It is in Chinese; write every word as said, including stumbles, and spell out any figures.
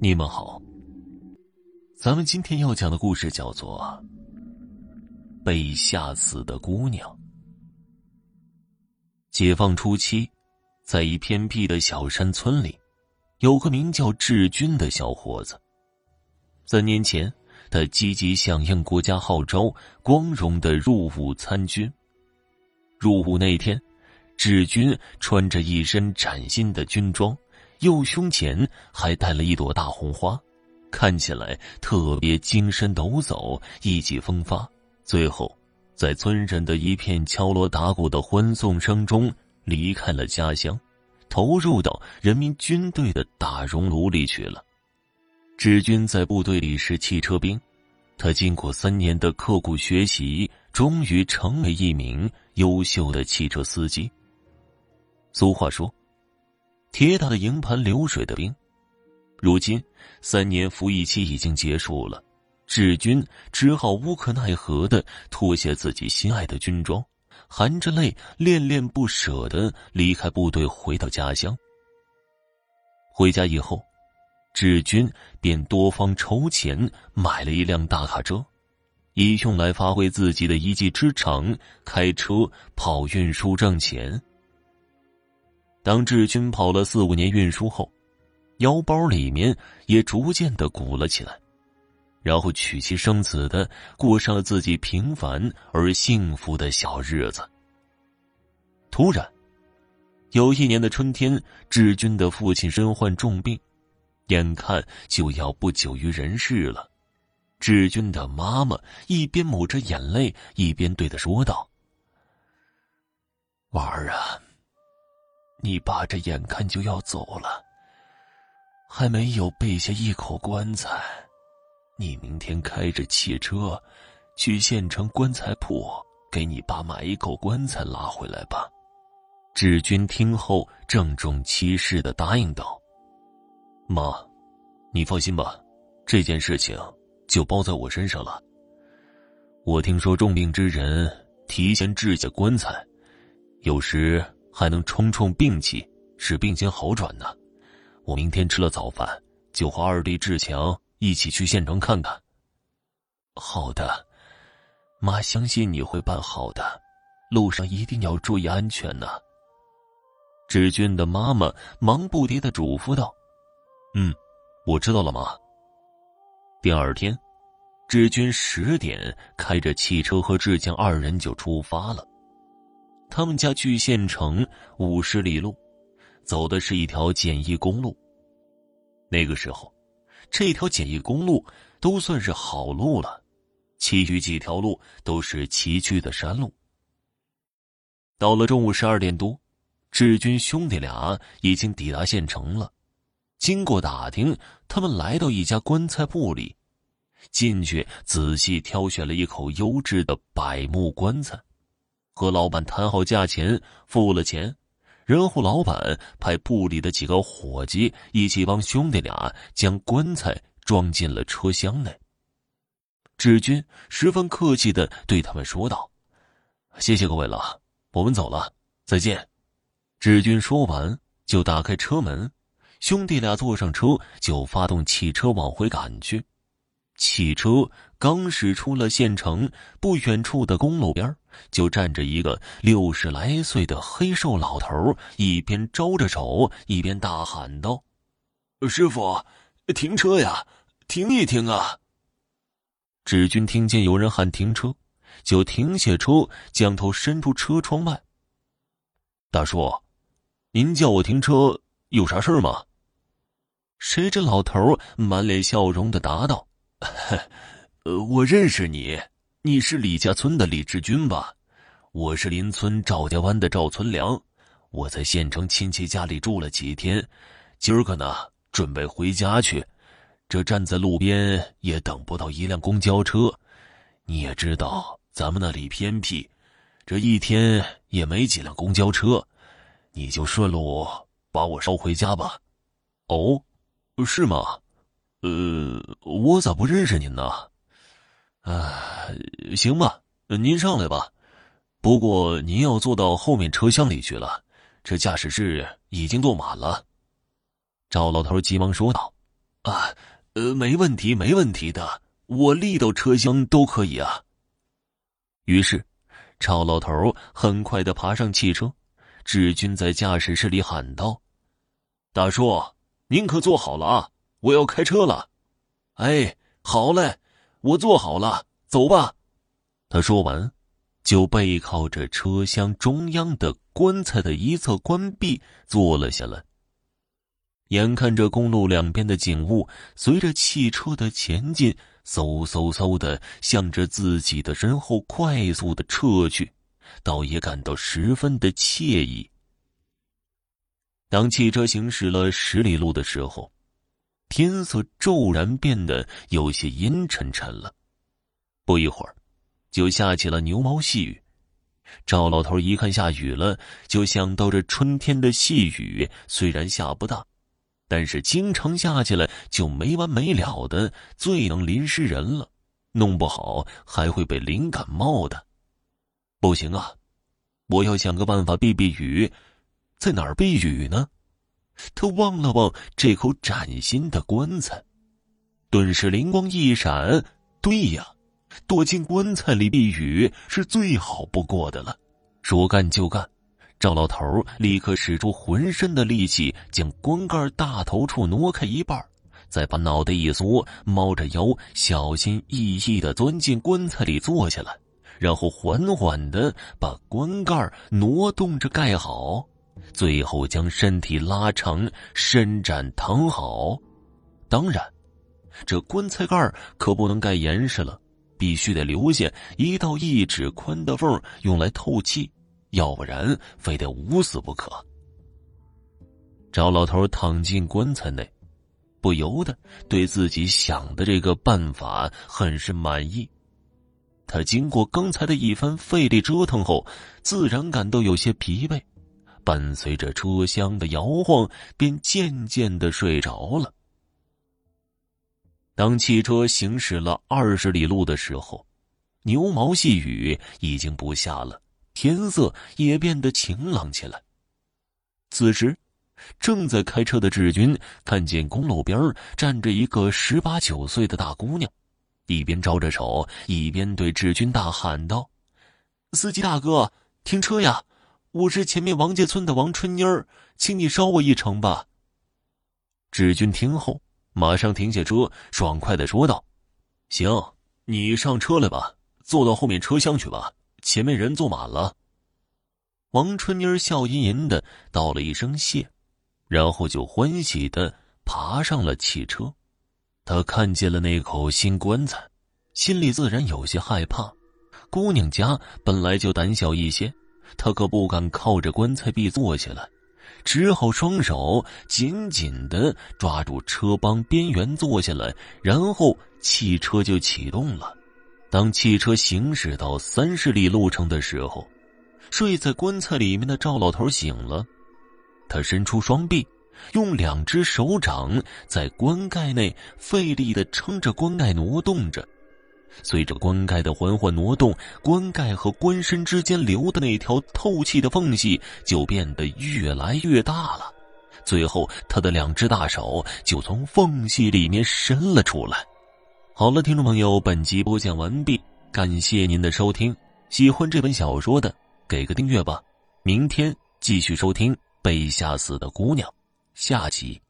你们好，咱们今天要讲的故事叫做《被吓死的姑娘》。解放初期，在一偏僻的小山村里，有个名叫志军的小伙子。三年前，他积极响应国家号召，光荣地入伍参军。入伍那天，志军穿着一身崭新的军装，右胸前还戴了一朵大红花，看起来特别精神抖擞，意气风发。最后在村人的一片敲锣打鼓的欢送声中离开了家乡，投入到人民军队的大熔炉里去了。志军在部队里是汽车兵，他经过三年的刻苦学习，终于成为一名优秀的汽车司机。俗话说，铁打的营盘流水的兵。如今三年服役期已经结束了，志军只好无可奈何地脱下自己心爱的军装，含着泪恋恋不舍地离开部队回到家乡。回家以后，志军便多方筹钱买了一辆大卡车，以用来发挥自己的一技之长，开车跑运输挣钱。当志军跑了四五年运输后，腰包里面也逐渐的鼓了起来，然后娶妻生子的过上了自己平凡而幸福的小日子。突然，有一年的春天，志军的父亲身患重病，眼看就要不久于人世了。志军的妈妈一边抹着眼泪，一边对他说道：“娃儿啊，你爸这眼看就要走了，还没有备下一口棺材，你明天开着汽车去县城棺材铺给你爸买一口棺材拉回来吧。”志军听后郑重其事地答应道：“妈，你放心吧，这件事情就包在我身上了。我听说重病之人提前置下棺材，有时还能冲冲病气，使病情好转呢。我明天吃了早饭，就和二弟志强一起去县城看看。”“好的，妈相信你会办好的，路上一定要注意安全呢。”志军的妈妈忙不迭地嘱咐道：“嗯，我知道了，妈。”第二天，志军十点开着汽车和志强二人就出发了。他们家距县城五十里路，走的是一条简易公路。那个时候，这条简易公路都算是好路了，其余几条路都是崎岖的山路。到了中午十二点多，志军兄弟俩已经抵达县城了。经过打听，他们来到一家棺材铺里，进去仔细挑选了一口优质的柏木棺材，和老板谈好价钱，付了钱，然后老板派铺里的几个伙计一起帮兄弟俩将棺材装进了车厢内。志军十分客气地对他们说道：“谢谢各位了，我们走了，再见。”志军说完就打开车门，兄弟俩坐上车就发动汽车往回赶去。汽车刚驶出了县城，不远处的公路边就站着一个六十来岁的黑瘦老头，一边招着手，一边大喊道：“师傅，停车呀，停一停啊！”志军听见有人喊停车，就停下车，将头伸出车窗外：“大叔，您叫我停车有啥事吗？”谁知老头满脸笑容地答道：“呃，我认识你，你是李家村的李志军吧？我是邻村赵家湾的赵存良，我在县城亲戚家里住了几天，今儿个呢准备回家去，这站在路边也等不到一辆公交车。你也知道咱们那里偏僻，这一天也没几辆公交车，你就顺路把我捎回家吧。”“哦，是吗？呃，我咋不认识您呢？”“啊，行吧，您上来吧。不过您要坐到后面车厢里去了，这驾驶室已经坐满了。”赵老头急忙说道。“ 啊，呃，没问题，没问题的，我立到车厢都可以啊。于是，赵老头很快地爬上汽车，志军在驾驶室里喊道：“大叔，您可坐好了啊，我要开车了。”“哎，好嘞，我坐好了，走吧。”他说完，就背靠着车厢中央的棺材的一侧棺壁坐了下来。眼看着公路两边的景物随着汽车的前进，嗖嗖嗖的向着自己的身后快速的撤去，倒也感到十分的惬意。当汽车行驶了十里路的时候，天色骤然变得有些阴沉沉了。不一会儿，就下起了牛毛细雨。赵老头一看下雨了，就想到这春天的细雨虽然下不大，但是经常下起来就没完没了的，最能淋湿人了，弄不好还会被淋感冒的。不行啊，我要想个办法避避雨。在哪儿避雨呢？他望了望这口崭新的棺材，顿时灵光一闪，对呀，躲进棺材里避雨是最好不过的了。说干就干，赵老头立刻使出浑身的力气，将棺盖大头处挪开一半，再把脑袋一缩，猫着腰，小心翼翼地钻进棺材里坐下来，然后缓缓地把棺盖挪动着盖好，最后将身体拉长，伸展躺好。当然，这棺材盖可不能盖严实了，必须得留下一到一指宽的缝用来透气，要不然非得捂死不可。赵老头躺进棺材内，不由得对自己想的这个办法很是满意。他经过刚才的一番费力折腾后，自然感到有些疲惫，伴随着车厢的摇晃，便渐渐地睡着了。当汽车行驶了二十里路的时候，牛毛细雨已经不下了，天色也变得晴朗起来。此时，正在开车的志军看见公路边站着一个十八九岁的大姑娘，一边招着手，一边对志军大喊道：“司机大哥，停车呀！我是前面王家村的王春妮儿，请你捎我一程吧。”志军听后马上停下车，爽快地说道：“行，你上车来吧，坐到后面车厢去吧，前面人坐满了。”王春妮儿笑吟吟地道了一声谢，然后就欢喜地爬上了汽车。他看见了那口新棺材，心里自然有些害怕。姑娘家本来就胆小一些，他可不敢靠着棺材壁坐下来，只好双手紧紧地抓住车帮边缘坐下来，然后汽车就启动了。当汽车行驶到三十里路程的时候，睡在棺材里面的赵老头醒了，他伸出双臂，用两只手掌在棺盖内费力地撑着棺盖挪动着。随着棺盖的缓缓挪动，棺盖和棺身之间留的那条透气的缝隙就变得越来越大了，最后他的两只大手就从缝隙里面伸了出来。好了，听众朋友，本集播讲完毕，感谢您的收听。喜欢这本小说的给个订阅吧，明天继续收听被吓死的姑娘下集。